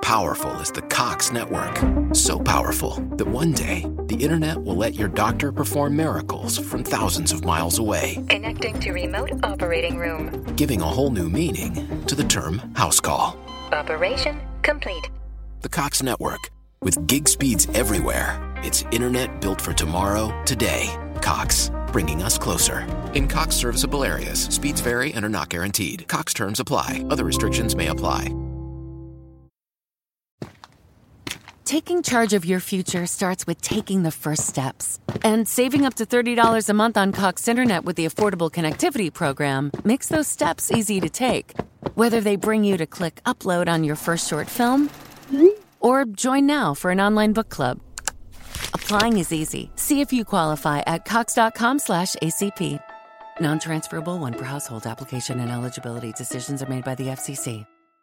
powerful is the Cox network. So powerful that one day, the internet will let your doctor perform miracles from thousands of miles away. Connecting to remote operating room. Giving a whole new meaning to the term house call. Operation complete. The Cox network. With gig speeds everywhere. It's internet built for tomorrow, today. Cox, bringing us closer. In Cox serviceable areas, speeds vary and are not guaranteed. Cox terms apply. Other restrictions may apply. Taking charge of your future starts with taking the first steps. And saving up to $30 a month on Cox Internet with the Affordable Connectivity Program makes those steps easy to take. Whether they bring you to click upload on your first short film or join now for an online book club. Applying is easy. See if you qualify at cox.com/ACP. Non-transferable one per household application and eligibility decisions are made by the FCC.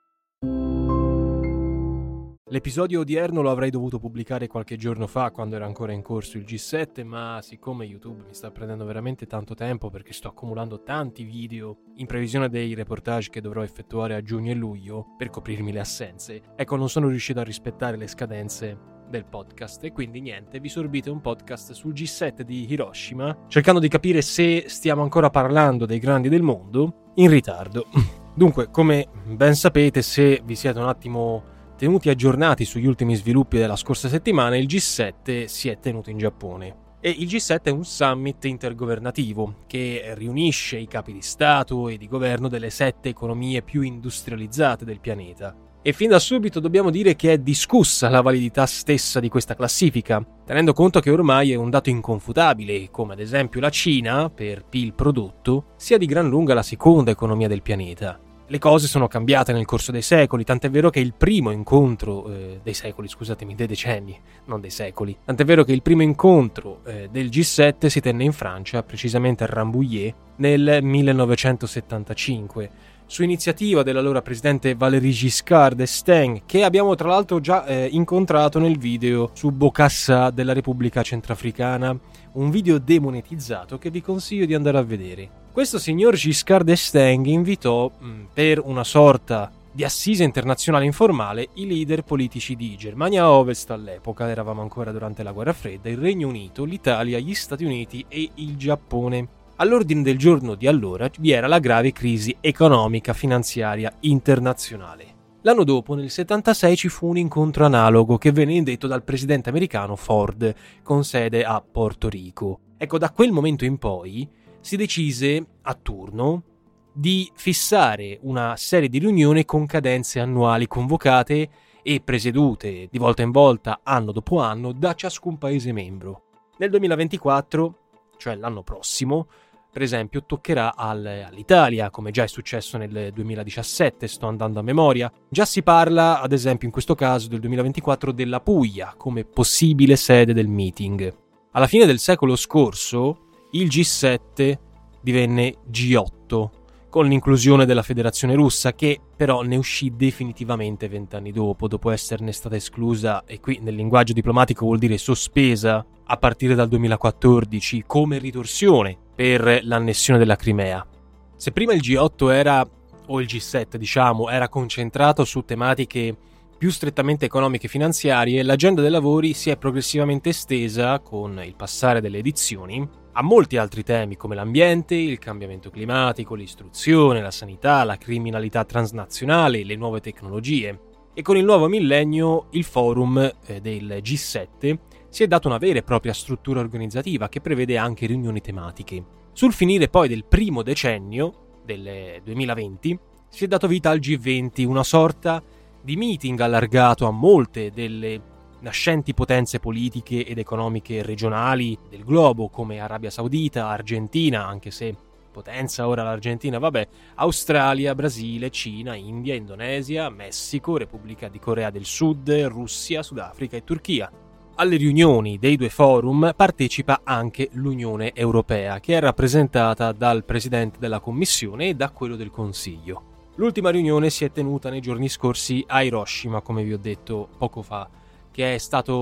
L'episodio odierno lo avrei dovuto pubblicare qualche giorno fa, quando era ancora in corso il G7, ma siccome YouTube mi sta prendendo veramente tanto tempo perché sto accumulando tanti video in previsione dei reportage che dovrò effettuare a giugno e luglio per coprirmi le assenze, ecco, non sono riuscito a rispettare le scadenze del podcast e quindi niente, vi sorbite un podcast sul G7 di Hiroshima, cercando di capire se stiamo ancora parlando dei grandi del mondo in ritardo. Dunque, come ben sapete, se vi siete un attimo tenuti aggiornati sugli ultimi sviluppi della scorsa settimana, il G7 si è tenuto in Giappone. E il G7 è un summit intergovernativo che riunisce i capi di Stato e di governo delle 7 economie più industrializzate del pianeta. E fin da subito dobbiamo dire che è discussa la validità stessa di questa classifica, tenendo conto che ormai è un dato inconfutabile, come ad esempio la Cina, per PIL prodotto, sia di gran lunga la seconda economia del pianeta. Le cose sono cambiate nel corso dei secoli, tant'è vero che il primo incontro dei decenni, non dei secoli. Tant'è vero che il primo incontro del G7 si tenne in Francia, precisamente a Rambouillet, nel 1975, su iniziativa dell'allora presidente Valéry Giscard d'Estaing, che abbiamo tra l'altro già incontrato nel video su Bokassa della Repubblica Centrafricana, un video demonetizzato che vi consiglio di andare a vedere. Questo signor Giscard d'Estaing invitò, per una sorta di assise internazionale informale, i leader politici di Germania Ovest all'epoca, eravamo ancora durante la Guerra Fredda, il Regno Unito, l'Italia, gli Stati Uniti e il Giappone. All'ordine del giorno di allora vi era la grave crisi economica finanziaria internazionale. L'anno dopo, nel 76, ci fu un incontro analogo che venne indetto dal presidente americano Ford, con sede a Porto Rico. Ecco, da quel momento in poi si decise a turno di fissare una serie di riunioni con cadenze annuali convocate e presiedute di volta in volta, anno dopo anno, da ciascun paese membro. Nel 2024, cioè l'anno prossimo, per esempio, toccherà all'Italia, come già è successo nel 2017, sto andando a memoria. Già si parla, ad esempio in questo caso del 2024, della Puglia come possibile sede del meeting. Alla fine del secolo scorso, il G7 divenne G8, con l'inclusione della Federazione Russa, che però ne uscì definitivamente 20 anni dopo esserne stata esclusa, e qui nel linguaggio diplomatico vuol dire sospesa, a partire dal 2014, come ritorsione per l'annessione della Crimea. Se prima il G8 o il G7 diciamo, era concentrato su tematiche più strettamente economiche e finanziarie, l'agenda dei lavori si è progressivamente estesa, con il passare delle edizioni, a molti altri temi come l'ambiente, il cambiamento climatico, l'istruzione, la sanità, la criminalità transnazionale, le nuove tecnologie. E con il nuovo millennio il forum del G7 si è dato una vera e propria struttura organizzativa che prevede anche riunioni tematiche. Sul finire poi del primo decennio, del 2020, si è dato vita al G20, una sorta di meeting allargato a molte delle nascenti potenze politiche ed economiche regionali del globo, come Arabia Saudita, Argentina, anche se potenza ora l'Argentina, Australia, Brasile, Cina, India, Indonesia, Messico, Repubblica di Corea del Sud, Russia, Sudafrica e Turchia. Alle riunioni dei due forum partecipa anche l'Unione Europea, che è rappresentata dal Presidente della Commissione e da quello del Consiglio. L'ultima riunione si è tenuta nei giorni scorsi a Hiroshima, come vi ho detto poco fa, che è stato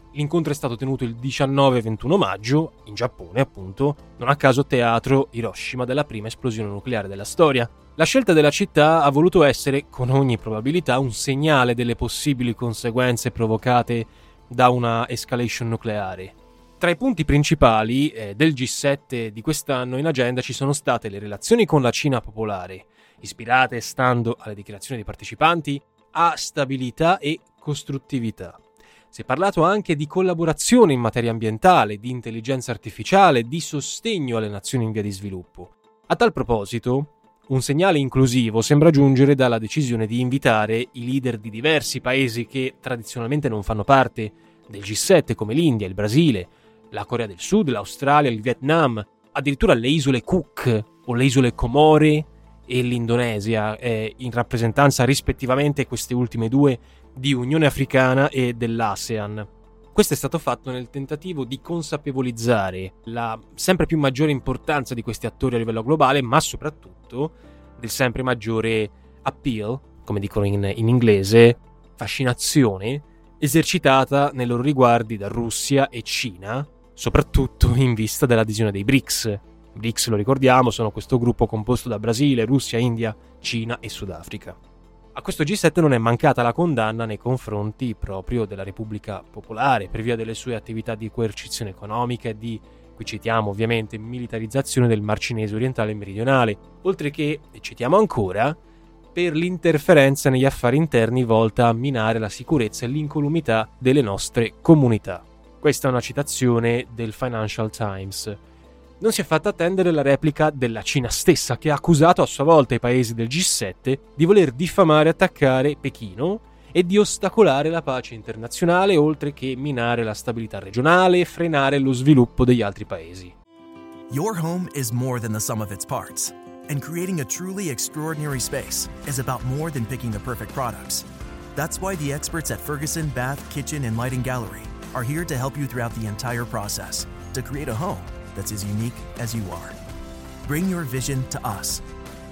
L'incontro è stato tenuto il 19 e 21 maggio, in Giappone appunto, non a caso teatro Hiroshima della prima esplosione nucleare della storia. La scelta della città ha voluto essere, con ogni probabilità, un segnale delle possibili conseguenze provocate da una escalation nucleare. Tra i punti principali del G7 di quest'anno in agenda ci sono state le relazioni con la Cina popolare, ispirate, stando alle dichiarazioni dei partecipanti, a stabilità e costruttività. Si è parlato anche di collaborazione in materia ambientale, di intelligenza artificiale, di sostegno alle nazioni in via di sviluppo. A tal proposito, un segnale inclusivo sembra giungere dalla decisione di invitare i leader di diversi paesi che tradizionalmente non fanno parte del G7, come l'India, il Brasile, la Corea del Sud, l'Australia, il Vietnam, addirittura le isole Cook o le isole Comore e l'Indonesia, in rappresentanza rispettivamente queste ultime due di Unione Africana e dell'ASEAN. Questo è stato fatto nel tentativo di consapevolizzare la sempre più maggiore importanza di questi attori a livello globale, ma soprattutto del sempre maggiore appeal, come dicono in inglese, fascinazione, esercitata nei loro riguardi da Russia e Cina, soprattutto in vista dell'adesione dei BRICS. BRICS, lo ricordiamo, sono questo gruppo composto da Brasile, Russia, India, Cina e Sudafrica. A questo G7 non è mancata la condanna nei confronti proprio della Repubblica Popolare per via delle sue attività di coercizione economica e di, qui citiamo ovviamente, militarizzazione del Mar Cinese orientale e meridionale, oltre che, e citiamo ancora, per l'interferenza negli affari interni volta a minare la sicurezza e l'incolumità delle nostre comunità. Questa è una citazione del Financial Times. Non si è fatta attendere la replica della Cina stessa, che ha accusato a sua volta i paesi del G7 di voler diffamare e attaccare Pechino e di ostacolare la pace internazionale, oltre che minare la stabilità regionale e frenare lo sviluppo degli altri paesi. Your home is more than the sum of its parts, and creating a truly extraordinary space is about more than picking the perfect products. That's why the experts at Ferguson Bath, Kitchen, and Lighting Gallery are here to help you throughout the entire process to create a home that's as unique as you are. Bring your vision to us.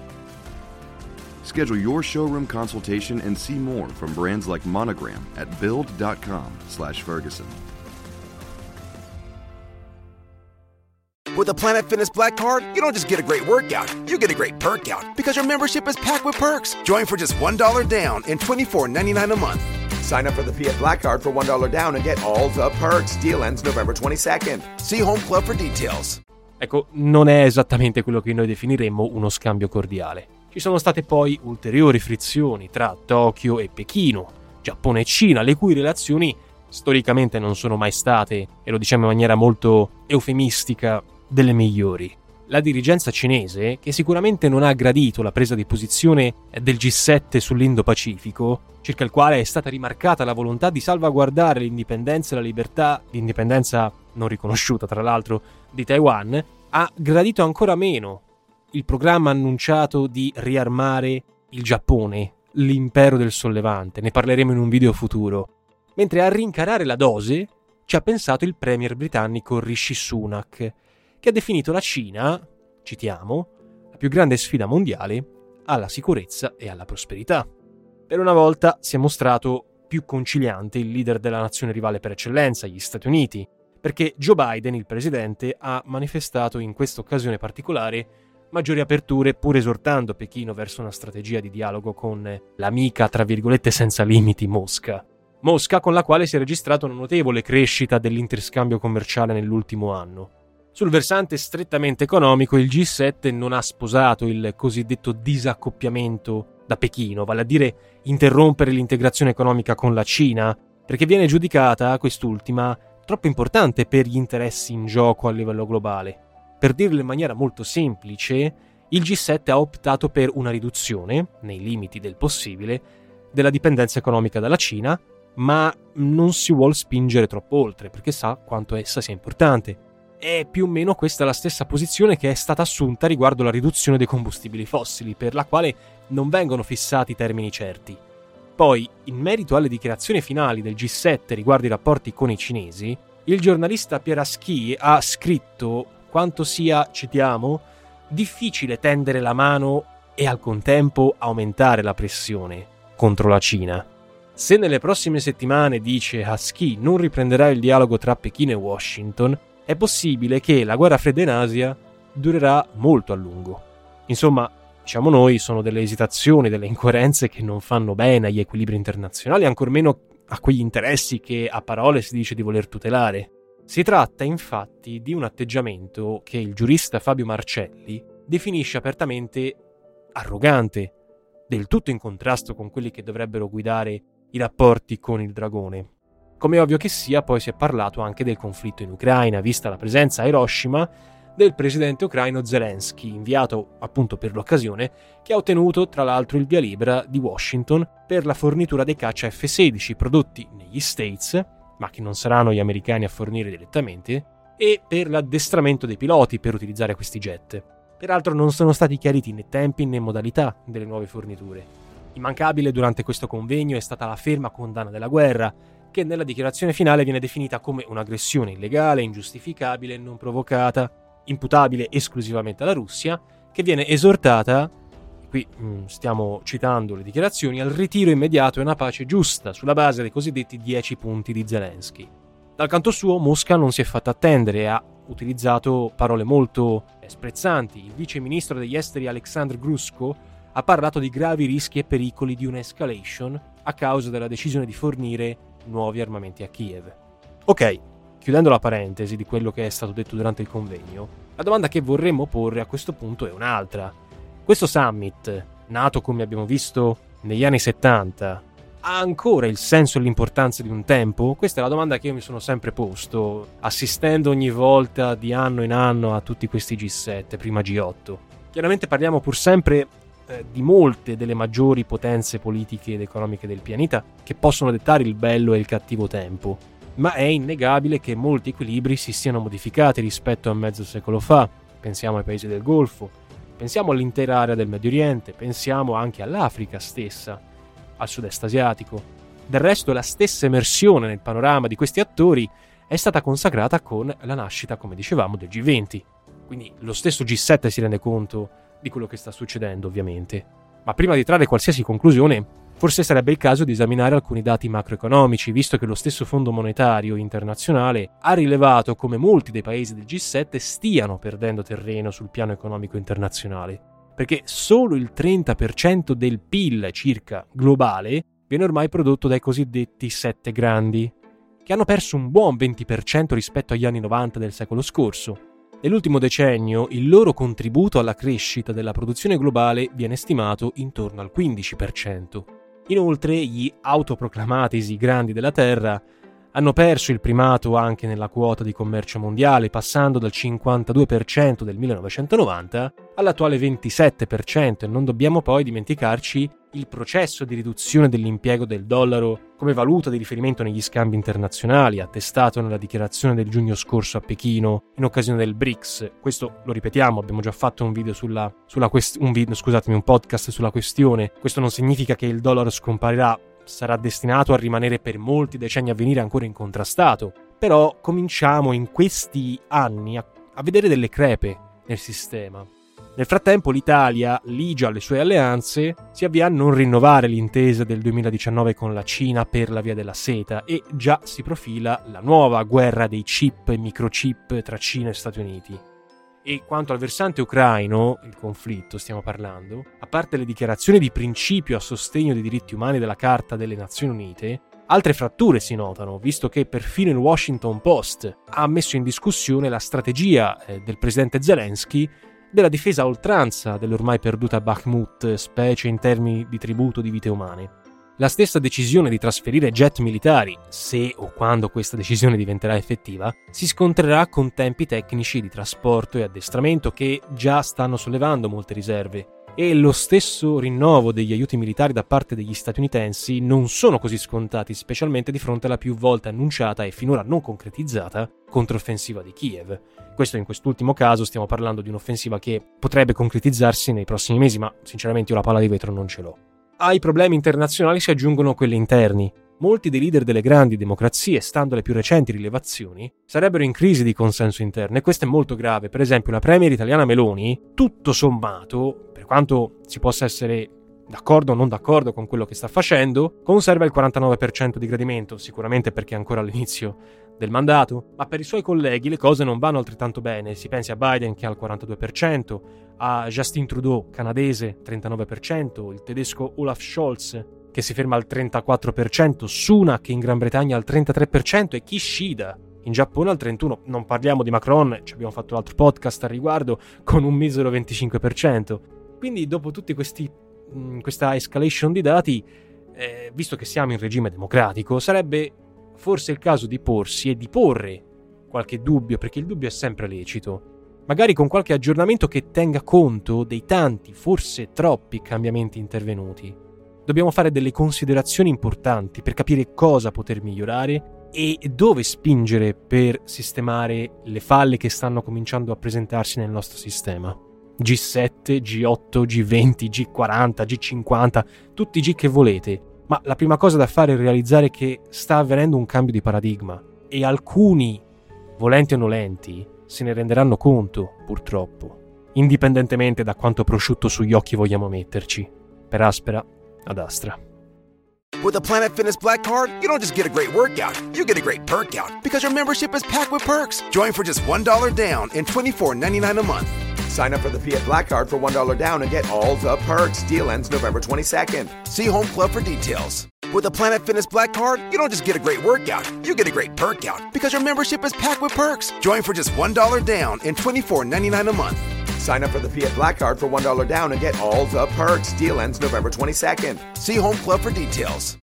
Schedule your showroom consultation and see more from brands like Monogram at build.com/Ferguson. With a Planet Fitness Black Card, you don't just get a great workout, you get a great perk out because your membership is packed with perks. Join for just $1 down and $24.99 a month. Sign up for the Fiat Black Card for $1 down and get all the perks. Deal ends November 22nd. See Home Club for details. Ecco, non è esattamente quello che noi definiremmo uno scambio cordiale. Ci sono state poi ulteriori frizioni tra Tokyo e Pechino, Giappone e Cina, le cui relazioni storicamente non sono mai state, e lo diciamo in maniera molto eufemistica, delle migliori. La dirigenza cinese, che sicuramente non ha gradito la presa di posizione del G7 sull'Indo-Pacifico, circa il quale è stata rimarcata la volontà di salvaguardare l'indipendenza e la libertà, l'indipendenza non riconosciuta tra l'altro, di Taiwan, ha gradito ancora meno il programma annunciato di riarmare il Giappone, l'impero del sollevante. Ne parleremo in un video futuro. Mentre a rincarare la dose ci ha pensato il premier britannico Rishi Sunak, che ha definito la Cina, citiamo, la più grande sfida mondiale alla sicurezza e alla prosperità. Per una volta si è mostrato più conciliante il leader della nazione rivale per eccellenza, gli Stati Uniti, perché Joe Biden, il presidente, ha manifestato in questa occasione particolare maggiori aperture, pur esortando Pechino verso una strategia di dialogo con l'amica, tra virgolette, senza limiti Mosca. Mosca con la quale si è registrata una notevole crescita dell'interscambio commerciale nell'ultimo anno. Sul versante strettamente economico, il G7 non ha sposato il cosiddetto disaccoppiamento da Pechino, vale a dire interrompere l'integrazione economica con la Cina, perché viene giudicata quest'ultima troppo importante per gli interessi in gioco a livello globale. Per dirlo in maniera molto semplice, il G7 ha optato per una riduzione, nei limiti del possibile, della dipendenza economica dalla Cina, ma non si vuol spingere troppo oltre, perché sa quanto essa sia importante. È più o meno questa la stessa posizione che è stata assunta riguardo la riduzione dei combustibili fossili, per la quale non vengono fissati termini certi. Poi, in merito alle dichiarazioni finali del G7 riguardo i rapporti con i cinesi, il giornalista Pierre Aschi ha scritto quanto sia, citiamo, difficile tendere la mano e al contempo aumentare la pressione contro la Cina. Se nelle prossime settimane, dice Husky, non riprenderà il dialogo tra Pechino e Washington, è possibile che la guerra fredda in Asia durerà molto a lungo. Insomma, diciamo noi, sono delle esitazioni, delle incoerenze che non fanno bene agli equilibri internazionali, ancor meno a quegli interessi che a parole si dice di voler tutelare. Si tratta infatti di un atteggiamento che il giurista Fabio Marcelli definisce apertamente arrogante, del tutto in contrasto con quelli che dovrebbero guidare i rapporti con il dragone. Come ovvio che sia, poi si è parlato anche del conflitto in Ucraina, vista la presenza a Hiroshima del presidente ucraino Zelensky, inviato appunto per l'occasione, che ha ottenuto tra l'altro il via libera di Washington per la fornitura dei caccia F-16 prodotti negli States, ma che non saranno gli americani a fornire direttamente, e per l'addestramento dei piloti per utilizzare questi jet. Peraltro non sono stati chiariti né tempi né modalità delle nuove forniture. Immancabile durante questo convegno è stata la ferma condanna della guerra, che nella dichiarazione finale viene definita come un'aggressione illegale, ingiustificabile e non provocata, imputabile esclusivamente alla Russia, che viene esortata, qui stiamo citando le dichiarazioni, al ritiro immediato e una pace giusta sulla base dei cosiddetti 10 punti di Zelensky. Dal canto suo Mosca non si è fatta attendere e ha utilizzato parole molto sprezzanti. Il vice ministro degli esteri Alexandr Grushko ha parlato di gravi rischi e pericoli di un'escalation a causa della decisione di fornire nuovi armamenti a Kiev. Ok, chiudendo la parentesi di quello che è stato detto durante il convegno, la domanda che vorremmo porre a questo punto è un'altra. Questo summit, nato come abbiamo visto negli anni 70, ha ancora il senso e l'importanza di un tempo? Questa è la domanda che io mi sono sempre posto, assistendo ogni volta di anno in anno a tutti questi G7, prima G8. Chiaramente parliamo pur sempre di molte delle maggiori potenze politiche ed economiche del pianeta che possono dettare il bello e il cattivo tempo, ma è innegabile che molti equilibri si siano modificati rispetto a mezzo secolo fa. Pensiamo ai paesi del Golfo, pensiamo all'intera area del Medio Oriente, pensiamo anche all'Africa stessa, al sud-est asiatico. Del resto la stessa emersione nel panorama di questi attori è stata consacrata con la nascita, come dicevamo, del G20. Quindi lo stesso G7 si rende conto di quello che sta succedendo, ovviamente. Ma prima di trarre qualsiasi conclusione, forse sarebbe il caso di esaminare alcuni dati macroeconomici, visto che lo stesso Fondo Monetario Internazionale ha rilevato come molti dei paesi del G7 stiano perdendo terreno sul piano economico internazionale, perché solo il 30% del PIL circa globale viene ormai prodotto dai cosiddetti 7 grandi, che hanno perso un buon 20% rispetto agli anni 90 del secolo scorso. Nell'ultimo decennio il loro contributo alla crescita della produzione globale viene stimato intorno al 15%. Inoltre gli autoproclamatisi grandi della Terra hanno perso il primato anche nella quota di commercio mondiale, passando dal 52% del 1990 all'attuale 27%, e non dobbiamo poi dimenticarci il processo di riduzione dell'impiego del dollaro come valuta di riferimento negli scambi internazionali, attestato nella dichiarazione del giugno scorso a Pechino in occasione del BRICS. Questo lo ripetiamo, abbiamo già fatto un podcast sulla questione. Questo non significa che il dollaro scomparirà, sarà destinato a rimanere per molti decenni a venire ancora incontrastato. Però cominciamo in questi anni a vedere delle crepe nel sistema. Nel frattempo l'Italia, ligia alle sue alleanze, si avvia a non rinnovare l'intesa del 2019 con la Cina per la via della seta e già si profila la nuova guerra dei chip e microchip tra Cina e Stati Uniti. E quanto al versante ucraino, il conflitto stiamo parlando, a parte le dichiarazioni di principio a sostegno dei diritti umani della Carta delle Nazioni Unite, altre fratture si notano, visto che perfino il Washington Post ha messo in discussione la strategia del presidente Zelensky della difesa a oltranza dell'ormai perduta Bakhmut, specie in termini di tributo di vite umane. La stessa decisione di trasferire jet militari, se o quando questa decisione diventerà effettiva, si scontrerà con tempi tecnici di trasporto e addestramento che già stanno sollevando molte riserve, e lo stesso rinnovo degli aiuti militari da parte degli statunitensi non sono così scontati, specialmente di fronte alla più volte annunciata e finora non concretizzata controffensiva di Kiev. In quest'ultimo caso stiamo parlando di un'offensiva che potrebbe concretizzarsi nei prossimi mesi, ma sinceramente io la palla di vetro non ce l'ho. Ai problemi internazionali si aggiungono quelli interni. Molti dei leader delle grandi democrazie, stando alle più recenti rilevazioni, sarebbero in crisi di consenso interno, e questo è molto grave. Per esempio la premier italiana Meloni, tutto sommato, per quanto si possa essere d'accordo o non d'accordo con quello che sta facendo, conserva il 49% di gradimento, sicuramente perché è ancora all'inizio del mandato, ma per i suoi colleghi le cose non vanno altrettanto bene. Si pensi a Biden che ha il 42%, a Justin Trudeau, canadese, 39%, il tedesco Olaf Scholz, che si ferma al 34%, Sunak in Gran Bretagna al 33% e Kishida in Giappone al 31%. Non parliamo di Macron, ci abbiamo fatto l'altro podcast al riguardo, con un misero 25%. Quindi dopo tutti questa escalation di dati, visto che siamo in regime democratico, sarebbe forse il caso di porsi e di porre qualche dubbio, perché il dubbio è sempre lecito, magari con qualche aggiornamento che tenga conto dei tanti, forse troppi cambiamenti intervenuti. Dobbiamo fare delle considerazioni importanti per capire cosa poter migliorare e dove spingere per sistemare le falle che stanno cominciando a presentarsi nel nostro sistema. G7, G8, G20, G40, G50, tutti i G che volete. Ma la prima cosa da fare è realizzare che sta avvenendo un cambio di paradigma e alcuni, volenti o nolenti, se ne renderanno conto, purtroppo, indipendentemente da quanto prosciutto sugli occhi vogliamo metterci, per aspera ad astra. With a Planet Fitness Black Card, you don't just get a great workout, you get a great perk out because your membership is packed with perks. Join for just $1 down and $24.99 a month. Sign up for the Fiat Black Card for $1 down and get all the perks. Deal ends November 22nd. See Home Club for details. With a Planet Fitness Black Card, you don't just get a great workout, you get a great perk out because your membership is packed with perks. Join for just $1 down and $24.99 a month. Sign up for the Fiat Black Card for $1 down and get all the perks. Deal ends November 22nd. See Home Club for details.